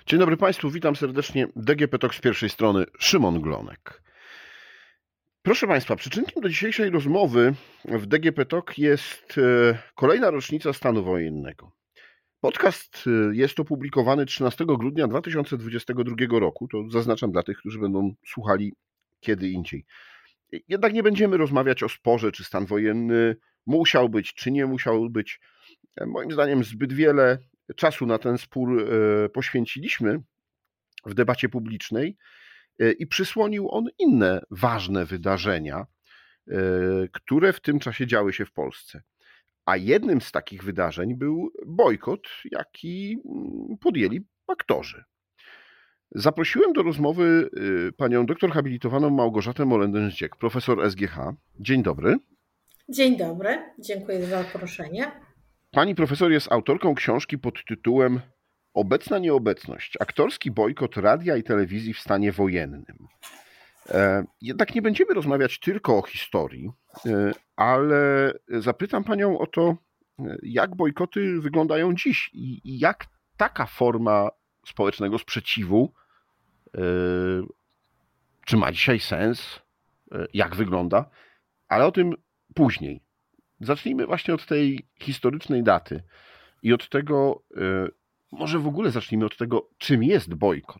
Dzień dobry Państwu, witam serdecznie. DGP Talk z pierwszej strony, Szymon Glonek. Proszę Państwa, przyczynkiem do dzisiejszej rozmowy w DGP Talk jest kolejna rocznica stanu wojennego. Podcast jest opublikowany 13 grudnia 2022 roku, to zaznaczam dla tych, którzy będą słuchali kiedy indziej. Jednak nie będziemy rozmawiać o sporze, czy stan wojenny musiał być, czy nie musiał być. Moim zdaniem zbyt wiele czasu na ten spór poświęciliśmy w debacie publicznej i przysłonił on inne ważne wydarzenia, które w tym czasie działy się w Polsce. A jednym z takich wydarzeń był bojkot, jaki podjęli aktorzy. Zaprosiłem do rozmowy panią doktor habilitowaną Małgorzatę Molenden-Zdziech, profesor SGH. Dzień dobry. Dzień dobry, dziękuję za zaproszenie. Pani profesor jest autorką książki pod tytułem Obecna nieobecność. Aktorski bojkot radia i telewizji w stanie wojennym. Jednak nie będziemy rozmawiać tylko o historii, ale zapytam panią o to, jak bojkoty wyglądają dziś i jak taka forma społecznego sprzeciwu, czy ma dzisiaj sens, jak wygląda, ale o tym później. Zacznijmy właśnie od tej historycznej daty i od tego, może w ogóle zacznijmy od tego, czym jest bojkot.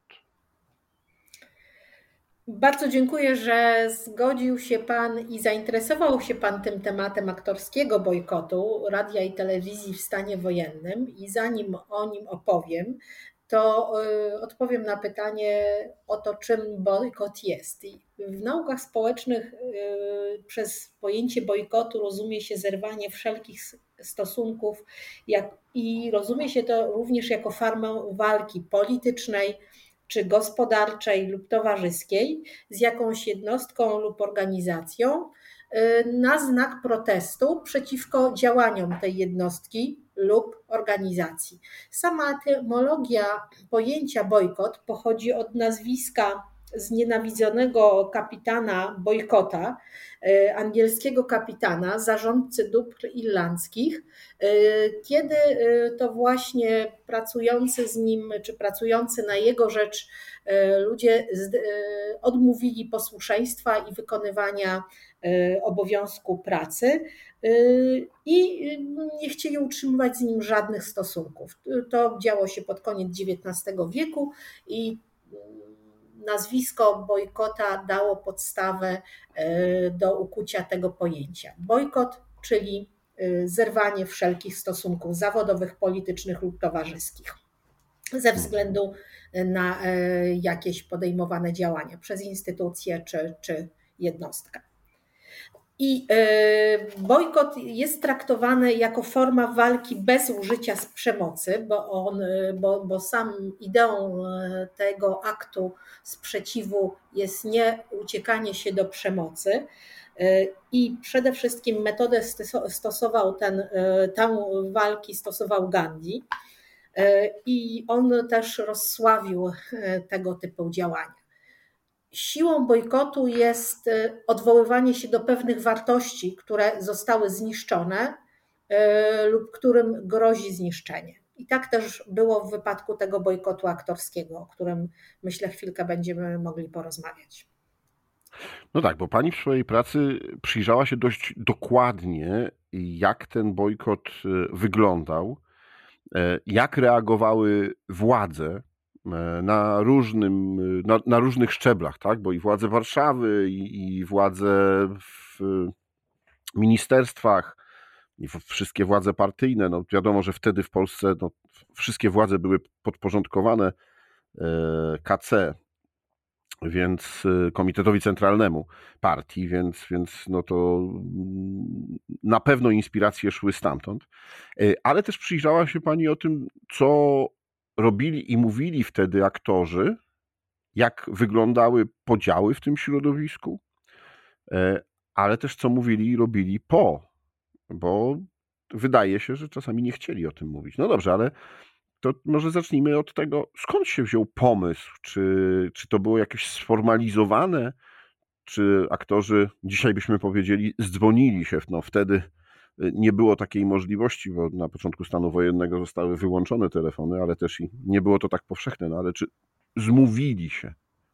Bardzo dziękuję, że zgodził się Pan i zainteresował się Pan tym tematem aktorskiego bojkotu radia i telewizji w stanie wojennym. I zanim o nim opowiem, to odpowiem na pytanie o to, czym bojkot jest. W naukach społecznych przez pojęcie bojkotu rozumie się zerwanie wszelkich stosunków i rozumie się to również jako formę walki politycznej, czy gospodarczej lub towarzyskiej z jakąś jednostką lub organizacją na znak protestu przeciwko działaniom tej jednostki lub organizacji. Sama etymologia pojęcia bojkot pochodzi od nazwiska znienawidzonego kapitana Bojkota, angielskiego kapitana, zarządcy dóbr irlandzkich, kiedy to właśnie pracujący z nim, czy pracujący na jego rzecz ludzie odmówili posłuszeństwa i wykonywania obowiązku pracy i nie chcieli utrzymywać z nim żadnych stosunków. To działo się pod koniec XIX wieku i nazwisko bojkota dało podstawę do ukucia tego pojęcia. Bojkot, czyli zerwanie wszelkich stosunków zawodowych, politycznych lub towarzyskich ze względu na jakieś podejmowane działania przez instytucję czy jednostkę. I bojkot jest traktowany jako forma walki bez użycia przemocy, bo sam ideą tego aktu sprzeciwu jest nie uciekanie się do przemocy. I przede wszystkim metodę tę walki stosował Gandhi i on też rozsławił tego typu działania. Siłą bojkotu jest odwoływanie się do pewnych wartości, które zostały zniszczone lub którym grozi zniszczenie. I tak też było w wypadku tego bojkotu aktorskiego, o którym myślę chwilkę będziemy mogli porozmawiać. No tak, bo pani w swojej pracy przyjrzała się dość dokładnie, jak ten bojkot wyglądał, jak reagowały władze na różnych szczeblach, tak? Bo i władze Warszawy, i władze w ministerstwach, i wszystkie władze partyjne. No wiadomo, że wtedy w Polsce wszystkie władze były podporządkowane KC, więc Komitetowi Centralnemu Partii, więc no to na pewno inspiracje szły stamtąd. Ale też przyjrzała się pani o tym, co robili i mówili wtedy aktorzy, jak wyglądały podziały w tym środowisku, ale też co mówili i robili po, bo wydaje się, że czasami nie chcieli o tym mówić. No dobrze, ale to może zacznijmy od tego, skąd się wziął pomysł, czy to było jakieś sformalizowane, czy aktorzy, dzisiaj byśmy powiedzieli, zdzwonili się wtedy nie było takiej możliwości, bo na początku stanu wojennego zostały wyłączone telefony, ale też i nie było to tak powszechne. No ale czy zmówili się,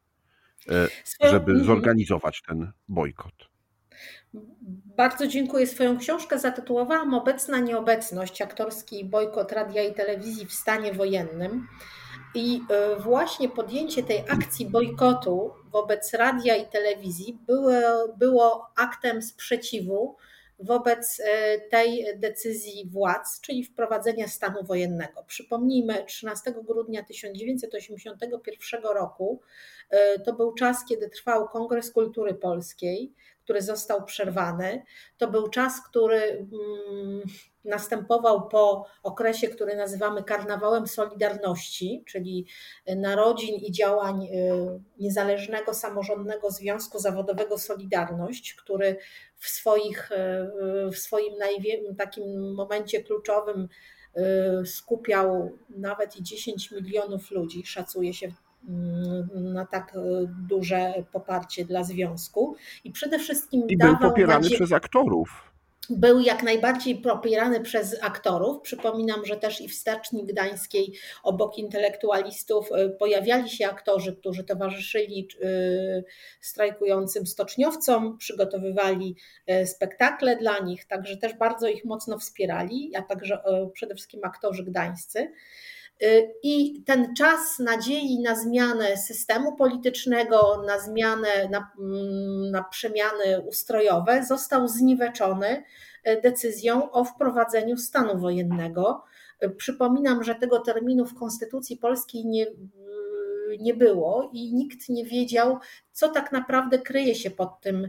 żeby zorganizować ten bojkot? Bardzo dziękuję. Swoją książkę zatytułowałam Obecna nieobecność. Aktorski bojkot radia i telewizji w stanie wojennym. I właśnie podjęcie tej akcji bojkotu wobec radia i telewizji było aktem sprzeciwu wobec tej decyzji władz, czyli wprowadzenia stanu wojennego. Przypomnijmy, 13 grudnia 1981 roku to był czas, kiedy trwał Kongres Kultury Polskiej, który został przerwany. To był czas, który następował po okresie, który nazywamy Karnawałem Solidarności, czyli narodzin i działań Niezależnego Samorządnego Związku Zawodowego Solidarność, który w swoim takim momencie kluczowym skupiał nawet i 10 milionów ludzi, szacuje się na tak duże poparcie dla związku i przede wszystkim I był popierany przez aktorów. Był jak najbardziej popierany przez aktorów. Przypominam, że też i w Staczni Gdańskiej obok intelektualistów pojawiali się aktorzy, którzy towarzyszyli strajkującym stoczniowcom, przygotowywali spektakle dla nich, także też bardzo ich mocno wspierali, a także przede wszystkim aktorzy gdańscy. I ten czas nadziei na zmianę systemu politycznego, na zmianę, na przemiany ustrojowe został zniweczony decyzją o wprowadzeniu stanu wojennego. Przypominam, że tego terminu w Konstytucji Polskiej nie było i nikt nie wiedział, co tak naprawdę kryje się pod tym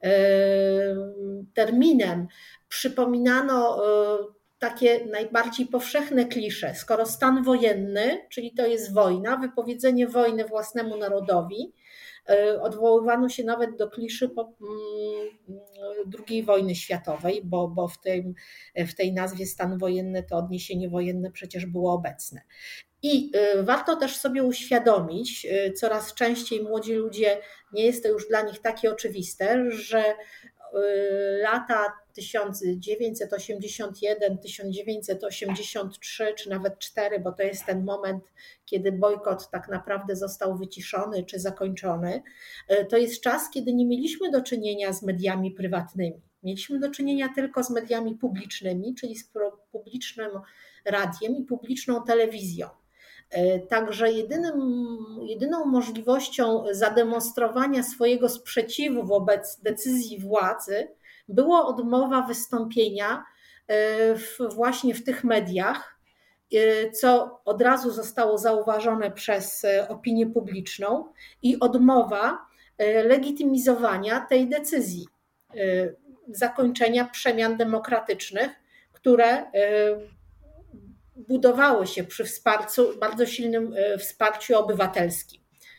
terminem. Przypominano takie najbardziej powszechne klisze. Skoro stan wojenny, czyli to jest wojna, wypowiedzenie wojny własnemu narodowi, odwoływano się nawet do kliszy II wojny światowej, bo w tej nazwie stan wojenny to odniesienie wojenne przecież było obecne. I warto też sobie uświadomić, coraz częściej młodzi ludzie, nie jest to już dla nich takie oczywiste, że lata 1981, 1983 czy nawet 4, bo to jest ten moment, kiedy bojkot tak naprawdę został wyciszony czy zakończony, to jest czas, kiedy nie mieliśmy do czynienia z mediami prywatnymi. Mieliśmy do czynienia tylko z mediami publicznymi, czyli z publicznym radiem i publiczną telewizją. Także jedyną możliwością zademonstrowania swojego sprzeciwu wobec decyzji władzy była odmowa wystąpienia właśnie w tych mediach, co od razu zostało zauważone przez opinię publiczną i odmowa legitymizowania tej decyzji, zakończenia przemian demokratycznych, które budowały się przy bardzo silnym wsparciu obywatelskim.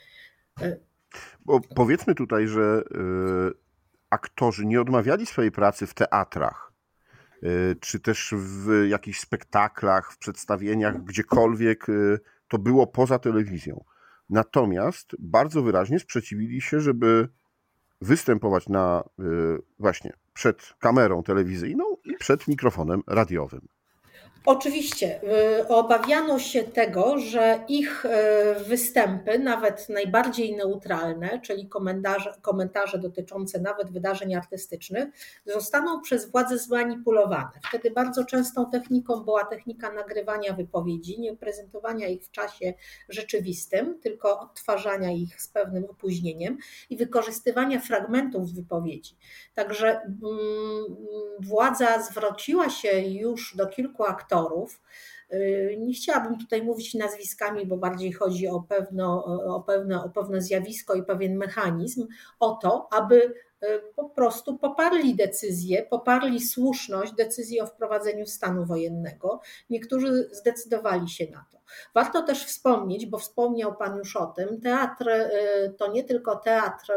Bo powiedzmy tutaj, że aktorzy nie odmawiali swojej pracy w teatrach, czy też w jakichś spektaklach, w przedstawieniach, gdziekolwiek to było poza telewizją. Natomiast bardzo wyraźnie sprzeciwili się, żeby występować właśnie przed kamerą telewizyjną i przed mikrofonem radiowym. Oczywiście obawiano się tego, że ich występy, nawet najbardziej neutralne, czyli komentarze dotyczące nawet wydarzeń artystycznych, zostaną przez władze zmanipulowane. Wtedy bardzo częstą techniką była technika nagrywania wypowiedzi, nie prezentowania ich w czasie rzeczywistym, tylko odtwarzania ich z pewnym opóźnieniem i wykorzystywania fragmentów wypowiedzi. Także władza zwróciła się już do kilku aktorów. Nie chciałabym tutaj mówić nazwiskami, bo bardziej chodzi o pewne zjawisko i pewien mechanizm, o to, aby po prostu poparli decyzję, poparli słuszność decyzji o wprowadzeniu stanu wojennego. Niektórzy zdecydowali się na to. Warto też wspomnieć, bo wspomniał Pan już o tym, teatr to nie tylko teatr,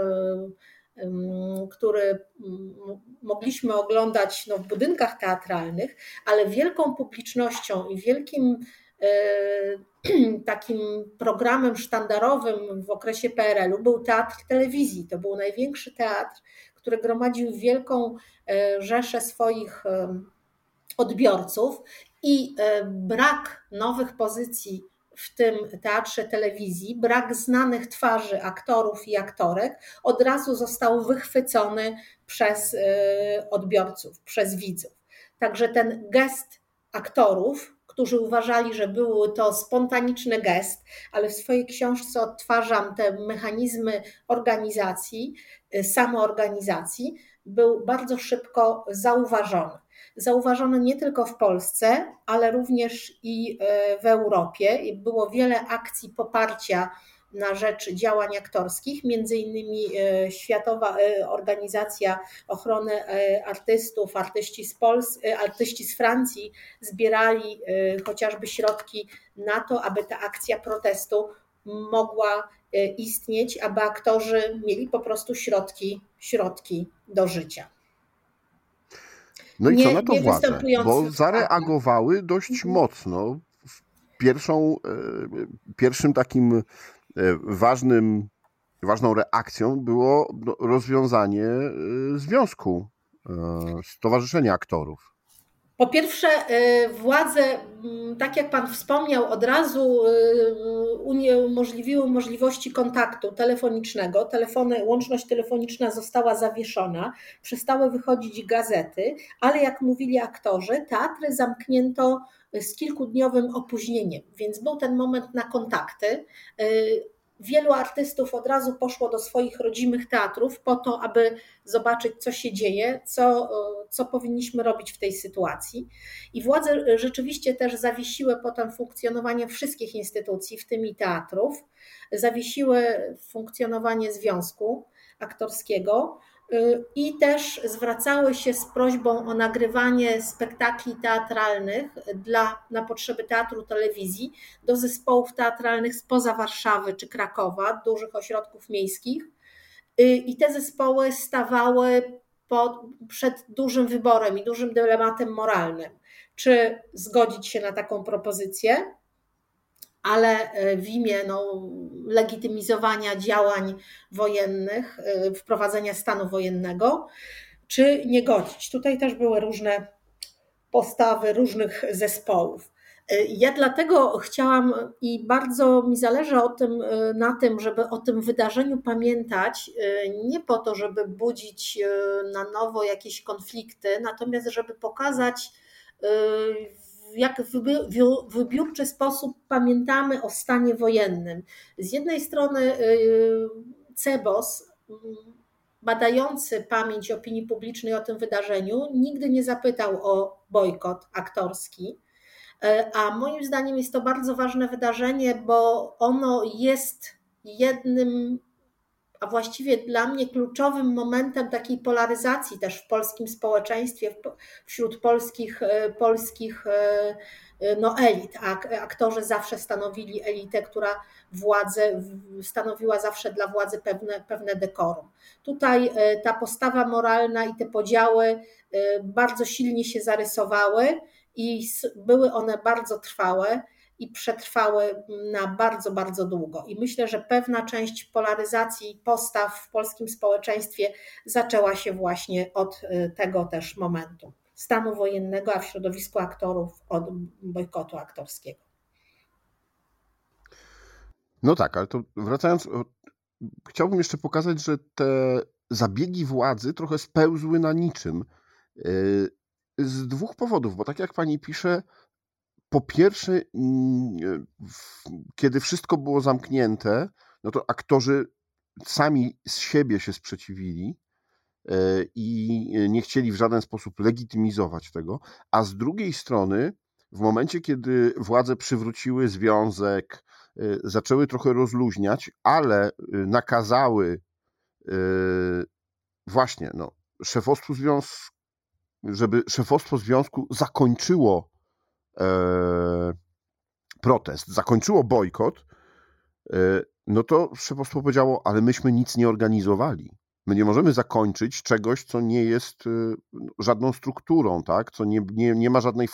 który mogliśmy oglądać w budynkach teatralnych, ale wielką publicznością i wielkim takim programem sztandarowym w okresie PRL-u był teatr telewizji. To był największy teatr, który gromadził wielką rzeszę swoich odbiorców i brak nowych pozycji w tym teatrze telewizji, brak znanych twarzy aktorów i aktorek od razu został wychwycony przez odbiorców, przez widzów. Także ten gest aktorów, którzy uważali, że był to spontaniczny gest, ale w swojej książce odtwarzam te mechanizmy organizacji, samoorganizacji, był bardzo szybko zauważony. Zauważony nie tylko w Polsce, ale również i w Europie. Było wiele akcji poparcia na rzecz działań aktorskich, między innymi Światowa Organizacja Ochrony Artystów, artyści z Francji zbierali chociażby środki na to, aby ta akcja protestu mogła istnieć, aby aktorzy mieli po prostu środki do życia. No i co na to władze? Bo zareagowały dość mocno. Pierwszym takim ważną reakcją było rozwiązanie związku, Stowarzyszenia Aktorów. Po pierwsze, władze, tak jak Pan wspomniał, od razu uniemożliwiły możliwości kontaktu telefonicznego. Łączność telefoniczna została zawieszona, przestały wychodzić gazety, ale jak mówili aktorzy, teatry zamknięto z kilkudniowym opóźnieniem, więc był ten moment na kontakty. Wielu artystów od razu poszło do swoich rodzimych teatrów po to, aby zobaczyć, co się dzieje, co powinniśmy robić w tej sytuacji. I władze rzeczywiście też zawiesiły potem funkcjonowanie wszystkich instytucji, w tym i teatrów, zawiesiły funkcjonowanie Związku Aktorskiego i też zwracały się z prośbą o nagrywanie spektakli teatralnych na potrzeby teatru, telewizji do zespołów teatralnych spoza Warszawy czy Krakowa, dużych ośrodków miejskich. I te zespoły stawały przed dużym wyborem i dużym dylematem moralnym. Czy zgodzić się na taką propozycję, ale w imię legitymizowania działań wojennych, wprowadzenia stanu wojennego, czy nie godzić. Tutaj też były różne postawy różnych zespołów. Ja dlatego chciałam i bardzo mi zależy na tym, żeby o tym wydarzeniu pamiętać, nie po to, żeby budzić na nowo jakieś konflikty, natomiast żeby pokazać, jak w wybiórczy sposób pamiętamy o stanie wojennym. Z jednej strony CBOS, badający pamięć opinii publicznej o tym wydarzeniu, nigdy nie zapytał o bojkot aktorski, a moim zdaniem jest to bardzo ważne wydarzenie, bo ono jest jednym, a właściwie dla mnie kluczowym momentem takiej polaryzacji też w polskim społeczeństwie, wśród polskich elit. Aktorzy zawsze stanowili elitę, która stanowiła zawsze dla władzy pewne dekorum. Tutaj ta postawa moralna i te podziały bardzo silnie się zarysowały i były one bardzo trwałe i przetrwały na bardzo, bardzo długo. I myślę, że pewna część polaryzacji postaw w polskim społeczeństwie zaczęła się właśnie od tego też momentu. Stanu wojennego, a w środowisku aktorów od bojkotu aktorskiego. No tak, ale to wracając, chciałbym jeszcze pokazać, że te zabiegi władzy trochę spełzły na niczym. Z dwóch powodów, bo tak jak pani pisze, po pierwsze, kiedy wszystko było zamknięte, no to aktorzy sami z siebie się sprzeciwili i nie chcieli w żaden sposób legitymizować tego, a z drugiej strony, w momencie, kiedy władze przywróciły związek, zaczęły trochę rozluźniać, ale nakazały właśnie szefostwu związku, żeby szefostwo związku zakończyło protest, zakończyło bojkot, no to szefostwo powiedziało, ale myśmy nic nie organizowali. My nie możemy zakończyć czegoś, co nie jest żadną strukturą, tak? Co nie ma żadnej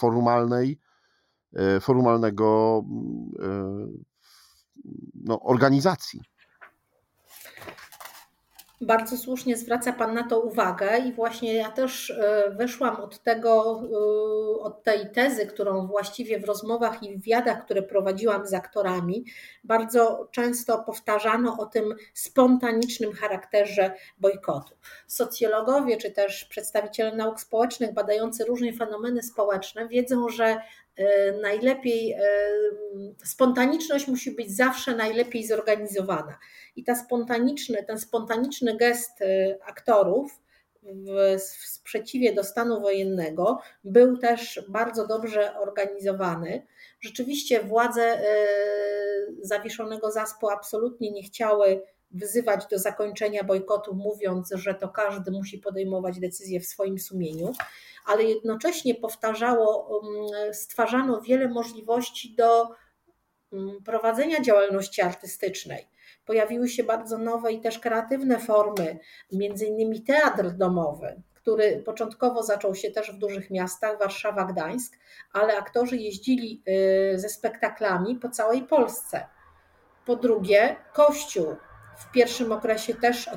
formalnego organizacji. Bardzo słusznie zwraca Pan na to uwagę i właśnie ja też wyszłam od tego, od tej tezy, którą właściwie w rozmowach i wywiadach, które prowadziłam z aktorami, bardzo często powtarzano o tym spontanicznym charakterze bojkotu. Socjologowie czy też przedstawiciele nauk społecznych badający różne fenomeny społeczne wiedzą, że najlepiej, spontaniczność musi być zawsze najlepiej zorganizowana. I ten spontaniczny gest aktorów w sprzeciwie do stanu wojennego był też bardzo dobrze organizowany. Rzeczywiście władze zawieszonego ZASP-u absolutnie nie chciały wzywać do zakończenia bojkotu, mówiąc, że to każdy musi podejmować decyzje w swoim sumieniu, ale jednocześnie stwarzano wiele możliwości do prowadzenia działalności artystycznej. Pojawiły się bardzo nowe i też kreatywne formy, między innymi teatr domowy, który początkowo zaczął się też w dużych miastach, Warszawa, Gdańsk, ale aktorzy jeździli ze spektaklami po całej Polsce. Po drugie, Kościół w pierwszym okresie też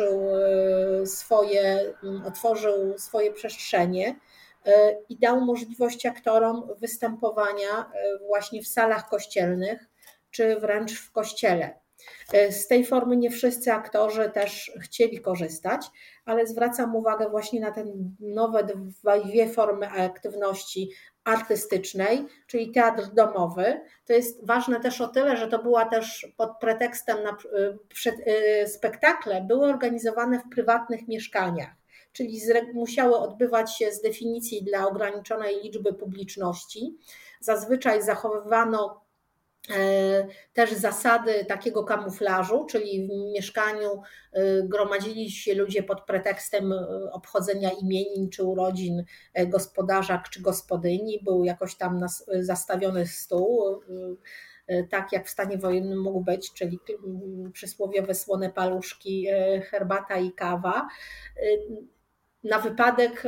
otworzył swoje przestrzenie i dał możliwość aktorom występowania właśnie w salach kościelnych, czy wręcz w kościele. Z tej formy nie wszyscy aktorzy też chcieli korzystać, ale zwracam uwagę właśnie na te nowe dwie formy aktywności artystycznej, czyli teatr domowy. To jest ważne też o tyle, że to była też pod pretekstem spektakle były organizowane w prywatnych mieszkaniach, czyli musiały odbywać się z definicji dla ograniczonej liczby publiczności. Zazwyczaj zachowywano też zasady takiego kamuflażu, czyli w mieszkaniu gromadzili się ludzie pod pretekstem obchodzenia imienin czy urodzin gospodarza czy gospodyni. Był jakoś tam zastawiony stół, tak jak w stanie wojennym mógł być, czyli przysłowiowe słone paluszki, herbata i kawa. Na wypadek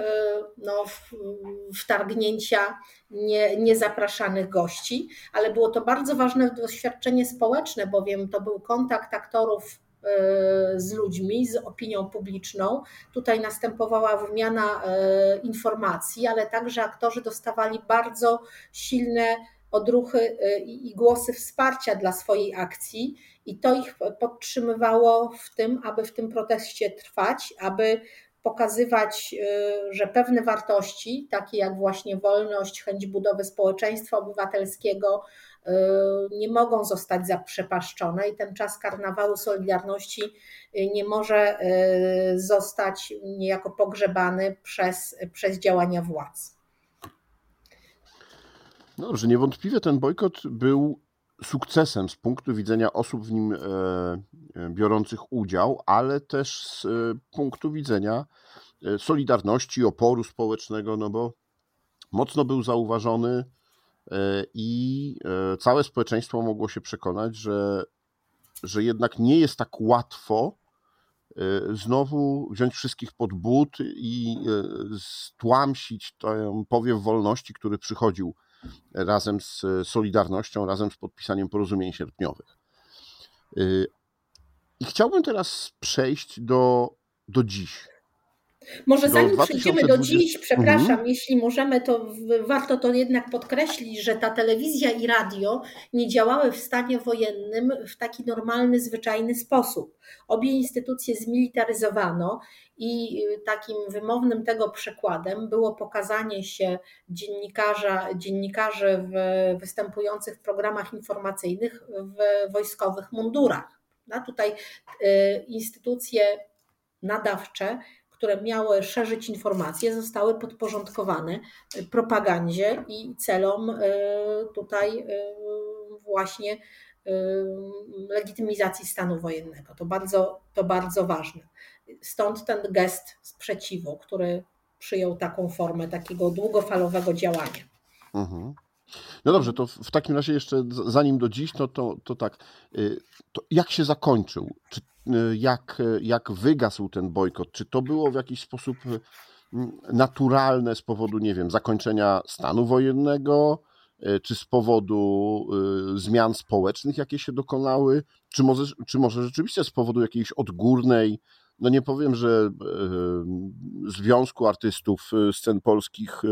wtargnięcia niezapraszanych gości, ale było to bardzo ważne doświadczenie społeczne, bowiem to był kontakt aktorów z ludźmi, z opinią publiczną. Tutaj następowała wymiana informacji, ale także aktorzy dostawali bardzo silne odruchy i głosy wsparcia dla swojej akcji i to ich podtrzymywało w tym, aby w tym proteście trwać, aby pokazywać, że pewne wartości, takie jak właśnie wolność, chęć budowy społeczeństwa obywatelskiego, nie mogą zostać zaprzepaszczone i ten czas karnawału Solidarności nie może zostać niejako pogrzebany przez działania władz. No dobrze, niewątpliwie ten bojkot był sukcesem z punktu widzenia osób w nim biorących udział, ale też z punktu widzenia solidarności, oporu społecznego, no bo mocno był zauważony i całe społeczeństwo mogło się przekonać, że jednak nie jest tak łatwo znowu wziąć wszystkich pod but i stłamsić ten powiew wolności, który przychodził razem z Solidarnością, razem z podpisaniem porozumień sierpniowych. I chciałbym teraz przejść do dziś. Może zanim przejdziemy do dziś, przepraszam, jeśli możemy, to warto to jednak podkreślić, że ta telewizja i radio nie działały w stanie wojennym w taki normalny, zwyczajny sposób. Obie instytucje zmilitaryzowano i takim wymownym tego przykładem było pokazanie się dziennikarzy występujących w programach informacyjnych w wojskowych mundurach. A tutaj instytucje nadawcze, które miały szerzyć informacje, zostały podporządkowane propagandzie i celom tutaj właśnie legitymizacji stanu wojennego. To bardzo ważne. Stąd ten gest sprzeciwu, który przyjął taką formę takiego długofalowego działania. Mhm. No dobrze, to w takim razie jeszcze zanim do dziś, to tak, to jak się zakończył? Czy jak wygasł ten bojkot? Czy to było w jakiś sposób naturalne z powodu, nie wiem, zakończenia stanu wojennego, czy z powodu zmian społecznych, jakie się dokonały, czy może rzeczywiście z powodu jakiejś odgórnej no nie powiem, że Związku Artystów Scen Polskich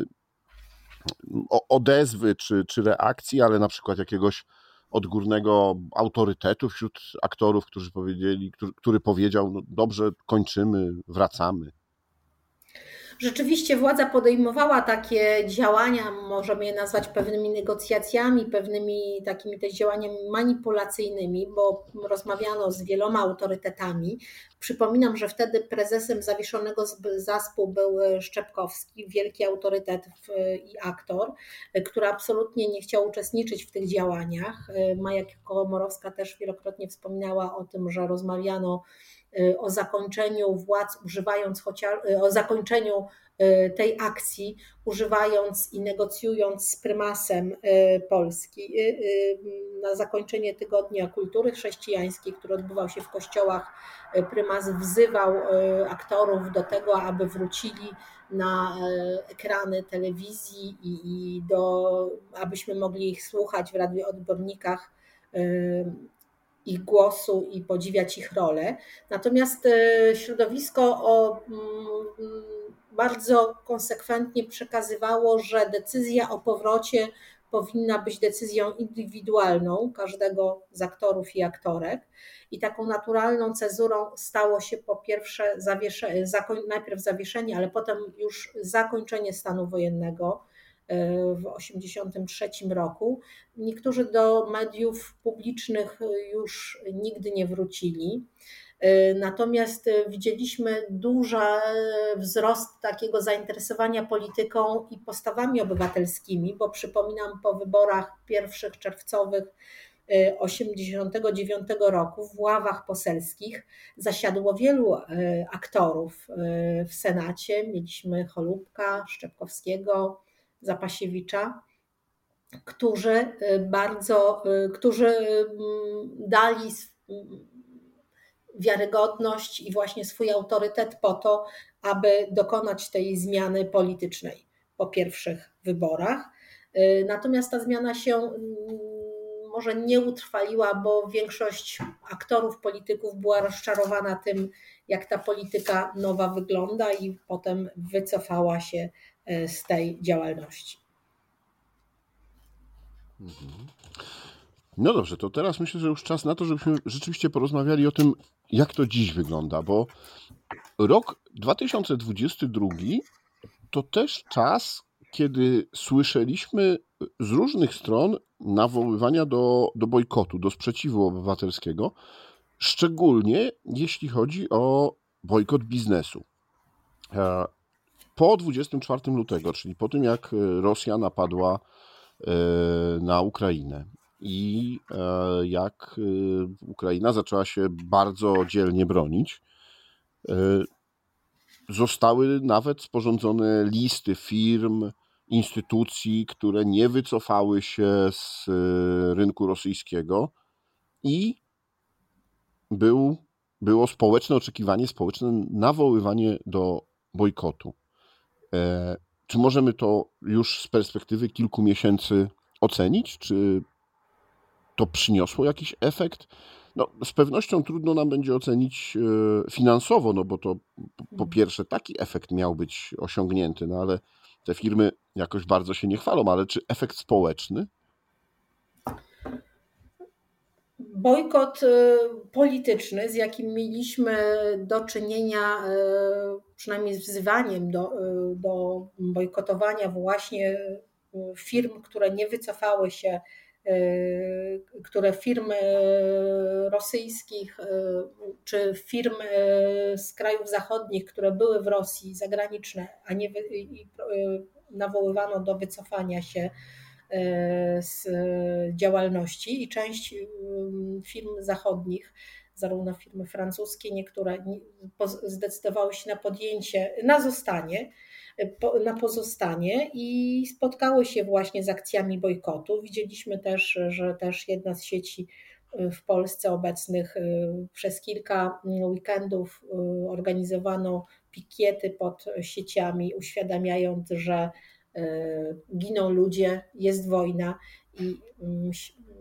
odezwy czy reakcji, ale na przykład jakiegoś odgórnego autorytetu wśród aktorów, którzy powiedzieli, który powiedział, no dobrze, kończymy, wracamy. Rzeczywiście władza podejmowała takie działania, możemy je nazwać pewnymi negocjacjami, pewnymi takimi też działaniami manipulacyjnymi, bo rozmawiano z wieloma autorytetami. Przypominam, że wtedy prezesem Zawieszonego Zespół był Szczepkowski, wielki autorytet i aktor, który absolutnie nie chciał uczestniczyć w tych działaniach. Maja Komorowska też wielokrotnie wspominała o tym, że rozmawiano o zakończeniu władz, o zakończeniu tej akcji, używając i negocjując z prymasem Polski na zakończenie Tygodnia Kultury Chrześcijańskiej, który odbywał się w kościołach. Prymas wzywał aktorów do tego, aby wrócili na ekrany telewizji i abyśmy mogli ich słuchać w radioodbiornikach ich głosu i podziwiać ich rolę. Natomiast środowisko bardzo konsekwentnie przekazywało, że decyzja o powrocie powinna być decyzją indywidualną każdego z aktorów i aktorek. I taką naturalną cezurą stało się po pierwsze najpierw zawieszenie, ale potem już zakończenie stanu wojennego w 1983 roku. Niektórzy do mediów publicznych już nigdy nie wrócili. Natomiast widzieliśmy duży wzrost takiego zainteresowania polityką i postawami obywatelskimi, bo przypominam, po wyborach pierwszych czerwcowych 1989 roku w ławach poselskich zasiadło wielu aktorów w Senacie. Mieliśmy Cholubka, Szczepkowskiego, Zapasiewicza, którzy dali wiarygodność i właśnie swój autorytet po to, aby dokonać tej zmiany politycznej po pierwszych wyborach. Natomiast ta zmiana się może nie utrwaliła, bo większość aktorów, polityków była rozczarowana tym, jak ta polityka nowa wygląda i potem wycofała się z tej działalności. No dobrze, to teraz myślę, że już czas na to, żebyśmy rzeczywiście porozmawiali o tym, jak to dziś wygląda, bo rok 2022 to też czas, kiedy słyszeliśmy z różnych stron nawoływania do bojkotu, do sprzeciwu obywatelskiego, szczególnie jeśli chodzi o bojkot biznesu. Po 24 lutego, czyli po tym, jak Rosja napadła na Ukrainę i jak Ukraina zaczęła się bardzo dzielnie bronić, zostały nawet sporządzone listy firm, instytucji, które nie wycofały się z rynku rosyjskiego i było społeczne oczekiwanie, społeczne nawoływanie do bojkotu. Czy możemy to już z perspektywy kilku miesięcy ocenić? Czy to przyniosło jakiś efekt? No, z pewnością trudno nam będzie ocenić finansowo, no bo to po pierwsze taki efekt miał być osiągnięty, no ale te firmy jakoś bardzo się nie chwalą, ale czy efekt społeczny? Bojkot polityczny, z jakim mieliśmy do czynienia, przynajmniej z wzywaniem do bojkotowania właśnie firm, które nie wycofały się, które firmy rosyjskich czy firm z krajów zachodnich, które były w Rosji, zagraniczne, a nie nawoływano do wycofania się z działalności i część firm zachodnich, zarówno firmy francuskie, niektóre zdecydowały się na pozostanie i spotkały się właśnie z akcjami bojkotu. Widzieliśmy też, że też jedna z sieci w Polsce obecnych przez kilka weekendów organizowano pikiety pod sieciami, uświadamiając, że giną ludzie, jest wojna i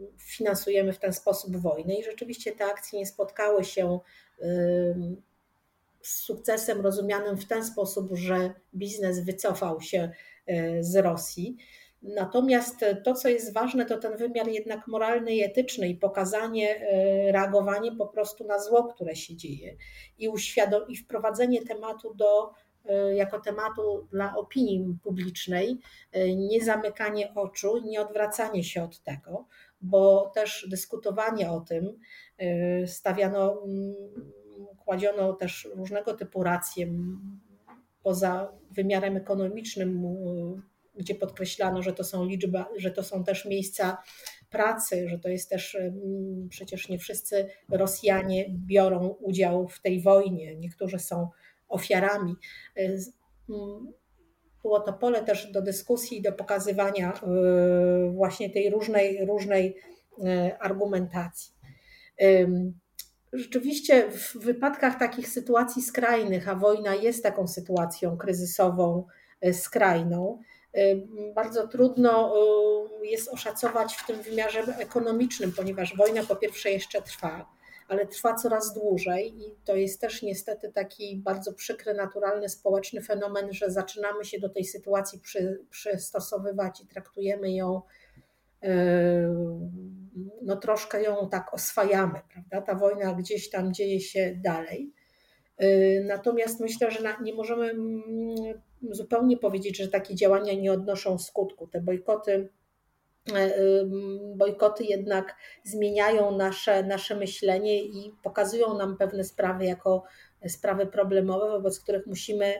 finansujemy w ten sposób wojnę. I rzeczywiście te akcje nie spotkały się z sukcesem rozumianym w ten sposób, że biznes wycofał się z Rosji. Natomiast to, co jest ważne, to ten wymiar jednak moralny i etyczny i pokazanie, reagowanie po prostu na zło, które się dzieje i wprowadzenie tematu jako tematu dla opinii publicznej, nie zamykanie oczu, nie odwracanie się od tego, bo też dyskutowanie o tym kładziono też różnego typu racje poza wymiarem ekonomicznym, gdzie podkreślano, że to są liczby, że to są też miejsca pracy, że to jest też przecież nie wszyscy Rosjanie biorą udział w tej wojnie, niektórzy są ofiarami. Było to pole też do dyskusji i do pokazywania właśnie tej różnej argumentacji. Rzeczywiście w wypadkach takich sytuacji skrajnych, a wojna jest taką sytuacją kryzysową, skrajną, bardzo trudno jest oszacować w tym wymiarze ekonomicznym, ponieważ wojna po pierwsze jeszcze trwa, ale trwa coraz dłużej i to jest też niestety taki bardzo przykry, naturalny, społeczny fenomen, że zaczynamy się do tej sytuacji przystosowywać i traktujemy ją, no troszkę ją tak oswajamy, prawda? Ta wojna gdzieś tam dzieje się dalej. Natomiast myślę, że nie możemy zupełnie powiedzieć, że takie działania nie odnoszą skutku. Te bojkoty jednak zmieniają nasze myślenie i pokazują nam pewne sprawy jako sprawy problemowe, wobec których musimy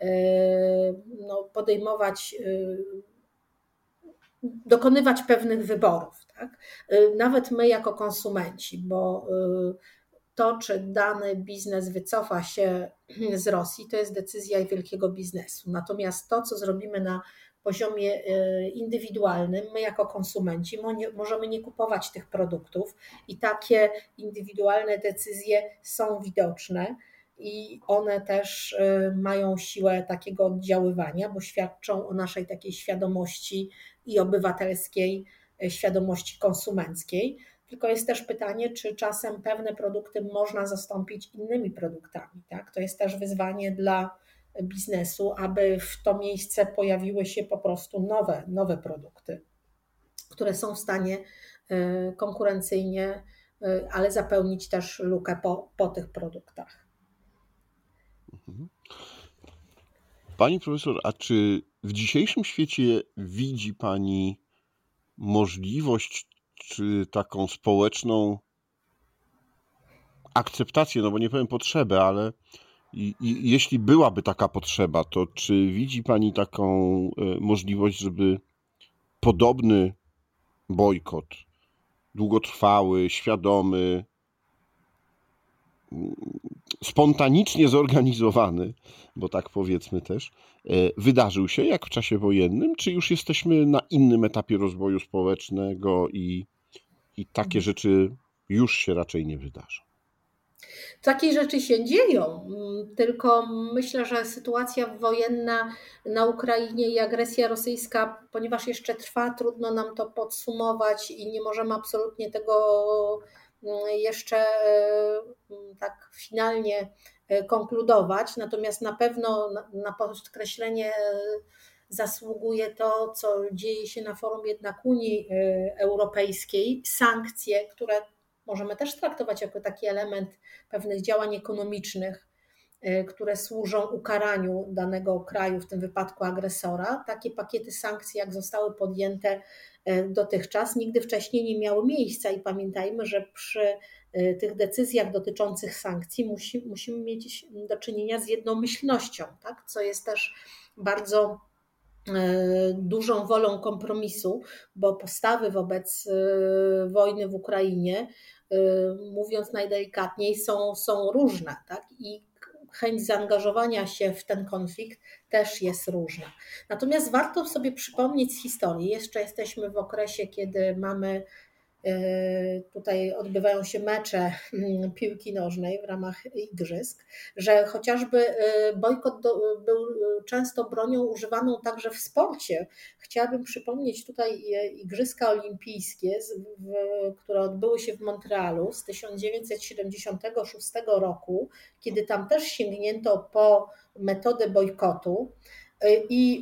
dokonywać pewnych wyborów. Tak? Nawet my jako konsumenci, bo to, czy dany biznes wycofa się z Rosji, to jest decyzja wielkiego biznesu. Natomiast to, co zrobimy na poziomie indywidualnym, my jako konsumenci możemy nie kupować tych produktów i takie indywidualne decyzje są widoczne i one też mają siłę takiego oddziaływania, bo świadczą o naszej takiej świadomości i obywatelskiej, świadomości konsumenckiej. Tylko jest też pytanie, czy czasem pewne produkty można zastąpić innymi produktami. Tak? To jest też wyzwanie dla biznesu, aby w to miejsce pojawiły się po prostu nowe produkty, które są w stanie konkurencyjnie, ale zapełnić też lukę po tych produktach. Pani profesor, a czy w dzisiejszym świecie widzi Pani możliwość, czy taką społeczną akceptację, no bo nie powiem potrzebę, ale jeśli byłaby taka potrzeba, to czy widzi Pani taką możliwość, żeby podobny bojkot, długotrwały, świadomy, spontanicznie zorganizowany, bo tak powiedzmy też, wydarzył się jak w czasie wojennym, czy już jesteśmy na innym etapie rozwoju społecznego i takie rzeczy już się raczej nie wydarzą? Takie rzeczy się dzieją, tylko myślę, że sytuacja wojenna na Ukrainie i agresja rosyjska, ponieważ jeszcze trwa, trudno nam to podsumować i nie możemy absolutnie tego jeszcze tak finalnie konkludować. Natomiast na pewno na podkreślenie zasługuje to, co dzieje się na forum jednak Unii Europejskiej, sankcje, które możemy też traktować jako taki element pewnych działań ekonomicznych, które służą ukaraniu danego kraju, w tym wypadku agresora. Takie pakiety sankcji, jak zostały podjęte dotychczas, nigdy wcześniej nie miały miejsca i pamiętajmy, że przy tych decyzjach dotyczących sankcji musimy mieć do czynienia z jednomyślnością, tak? Co jest też bardzo dużą wolą kompromisu, bo postawy wobec wojny w Ukrainie, mówiąc najdelikatniej, są różne, tak? I chęć zaangażowania się w ten konflikt też jest różna. Natomiast warto sobie przypomnieć z historii, jeszcze jesteśmy w okresie, kiedy mamy tutaj odbywają się mecze piłki nożnej w ramach igrzysk, że chociażby bojkot był często bronią używaną także w sporcie. Chciałabym przypomnieć tutaj Igrzyska Olimpijskie, które odbyły się w Montrealu z 1976 roku, kiedy tam też sięgnięto po metodę bojkotu i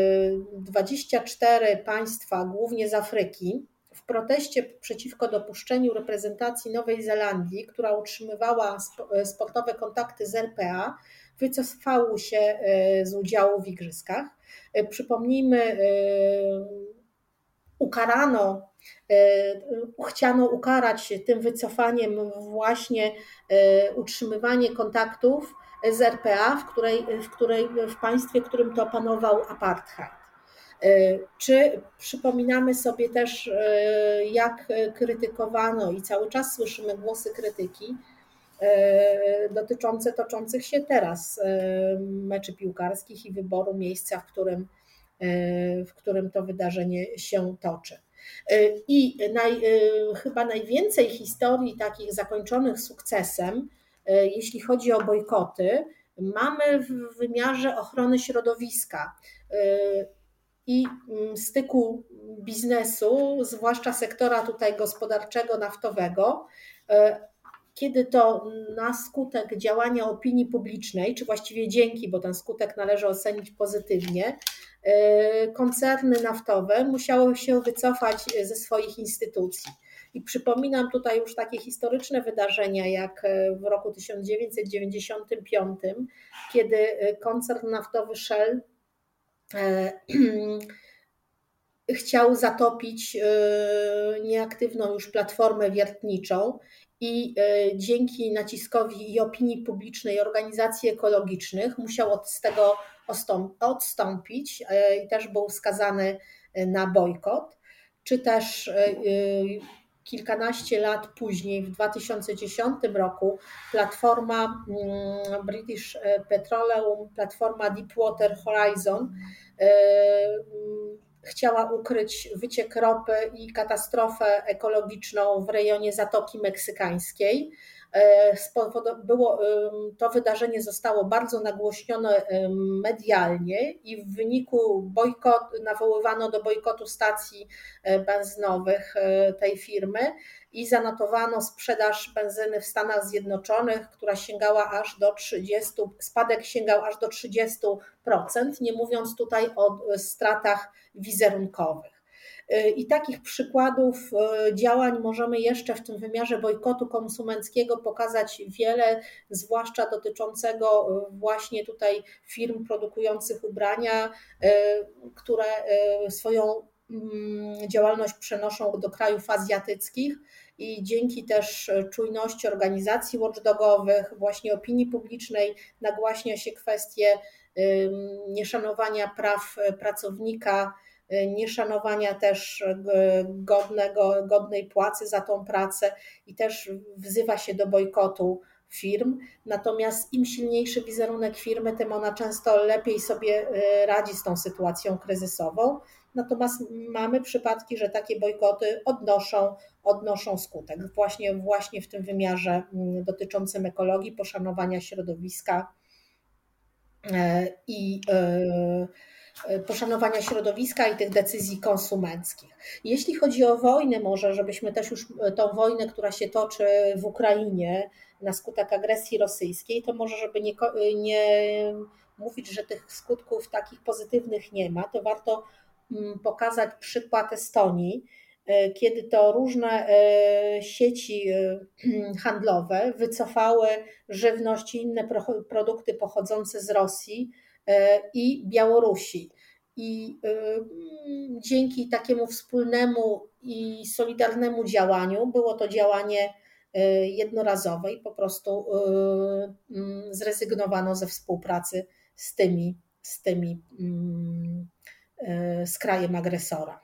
24 państwa, głównie z Afryki, w proteście przeciwko dopuszczeniu reprezentacji Nowej Zelandii, która utrzymywała sportowe kontakty z RPA, wycofały się z udziału w igrzyskach. Przypomnijmy, chciano ukarać tym wycofaniem właśnie utrzymywanie kontaktów z RPA, w państwie, w którym to panował apartheid. Czy przypominamy sobie też, jak krytykowano i cały czas słyszymy głosy krytyki dotyczące toczących się teraz meczy piłkarskich i wyboru miejsca, w którym to wydarzenie się toczy. I chyba najwięcej historii takich zakończonych sukcesem, jeśli chodzi o bojkoty, mamy w wymiarze ochrony środowiska i styku biznesu, zwłaszcza sektora tutaj gospodarczego, naftowego, kiedy to na skutek działania opinii publicznej, czy właściwie dzięki, bo ten skutek należy ocenić pozytywnie, koncerny naftowe musiały się wycofać ze swoich instytucji. I przypominam tutaj już takie historyczne wydarzenia, jak w roku 1995, kiedy koncern naftowy Shell chciał zatopić nieaktywną już platformę wiertniczą i dzięki naciskowi i opinii publicznej, organizacji ekologicznych musiał z tego odstąpić i też był skazany na bojkot, czy też kilkanaście lat później, w 2010 roku, platforma British Petroleum, platforma Deepwater Horizon chciała ukryć wyciek ropy i katastrofę ekologiczną w rejonie Zatoki Meksykańskiej. To wydarzenie zostało bardzo nagłośnione medialnie i w wyniku nawoływano do bojkotu stacji benzynowych tej firmy i zanotowano sprzedaż benzyny w Stanach Zjednoczonych, która sięgała aż do 30%, spadek sięgał aż do 30%, nie mówiąc tutaj o stratach wizerunkowych. I takich przykładów działań możemy jeszcze w tym wymiarze bojkotu konsumenckiego pokazać wiele, zwłaszcza dotyczącego właśnie tutaj firm produkujących ubrania, które swoją działalność przenoszą do krajów azjatyckich i dzięki też czujności organizacji watchdogowych, właśnie opinii publicznej nagłaśnia się kwestie nieszanowania praw pracownika, nieszanowania też godnej płacy za tą pracę i też wzywa się do bojkotu firm. Natomiast im silniejszy wizerunek firmy, tym ona często lepiej sobie radzi z tą sytuacją kryzysową. Natomiast mamy przypadki, że takie bojkoty odnoszą skutek właśnie w tym wymiarze dotyczącym ekologii, poszanowania środowiska i tych decyzji konsumenckich. Jeśli chodzi o wojnę, może żebyśmy też już tą wojnę, która się toczy w Ukrainie na skutek agresji rosyjskiej, to może żeby nie mówić, że tych skutków takich pozytywnych nie ma, to warto pokazać przykład Estonii, kiedy to różne sieci handlowe wycofały żywność i inne produkty pochodzące z Rosji i Białorusi. I dzięki takiemu wspólnemu i solidarnemu działaniu, było to działanie jednorazowe i po prostu zrezygnowano ze współpracy z krajem agresora.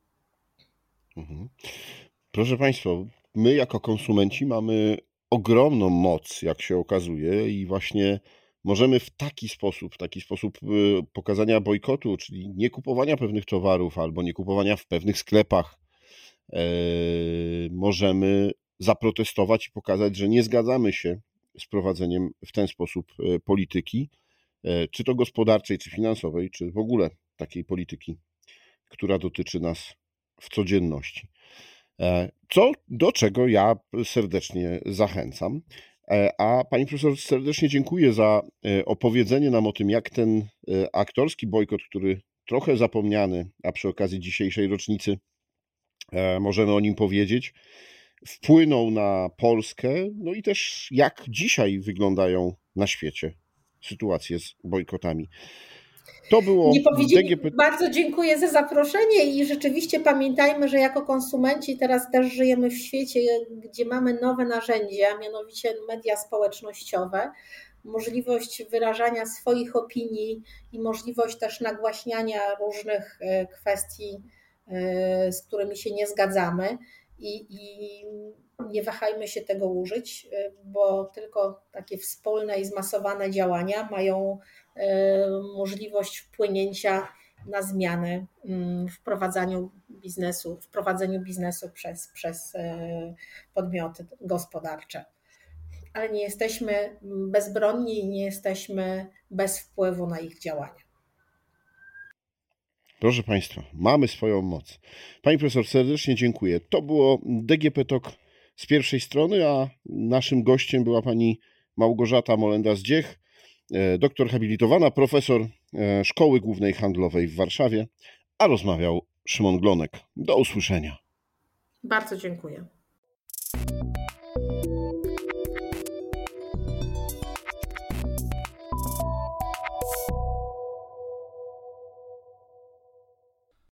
Proszę Państwa, my jako konsumenci mamy ogromną moc, jak się okazuje, i właśnie możemy w taki sposób pokazania bojkotu, czyli nie kupowania pewnych towarów albo nie kupowania w pewnych sklepach, możemy zaprotestować i pokazać, że nie zgadzamy się z prowadzeniem w ten sposób polityki, czy to gospodarczej, czy finansowej, czy w ogóle takiej polityki, która dotyczy nas w codzienności. Do czego ja serdecznie zachęcam. A pani profesor, serdecznie dziękuję za opowiedzenie nam o tym, jak ten aktorski bojkot, który trochę zapomniany, a przy okazji dzisiejszej rocznicy możemy o nim powiedzieć, wpłynął na Polskę, no i też jak dzisiaj wyglądają na świecie sytuacje z bojkotami. To było Nie powiedzieli, DGP. bardzo dziękuję za zaproszenie i rzeczywiście pamiętajmy, że jako konsumenci teraz też żyjemy w świecie, gdzie mamy nowe narzędzia, mianowicie media społecznościowe, możliwość wyrażania swoich opinii i możliwość też nagłaśniania różnych kwestii, z którymi się nie zgadzamy i nie wahajmy się tego użyć, bo tylko takie wspólne i zmasowane działania mają możliwość wpłynięcia na zmiany w prowadzeniu biznesu przez podmioty gospodarcze. Ale nie jesteśmy bezbronni i nie jesteśmy bez wpływu na ich działania. Proszę Państwa, mamy swoją moc. Pani profesor, serdecznie dziękuję. To było DGP Talk z pierwszej strony, a naszym gościem była pani Małgorzata Molenda-Zdziech, doktor habilitowana, profesor Szkoły Głównej Handlowej w Warszawie, a rozmawiał Szymon Glonek. Do usłyszenia. Bardzo dziękuję.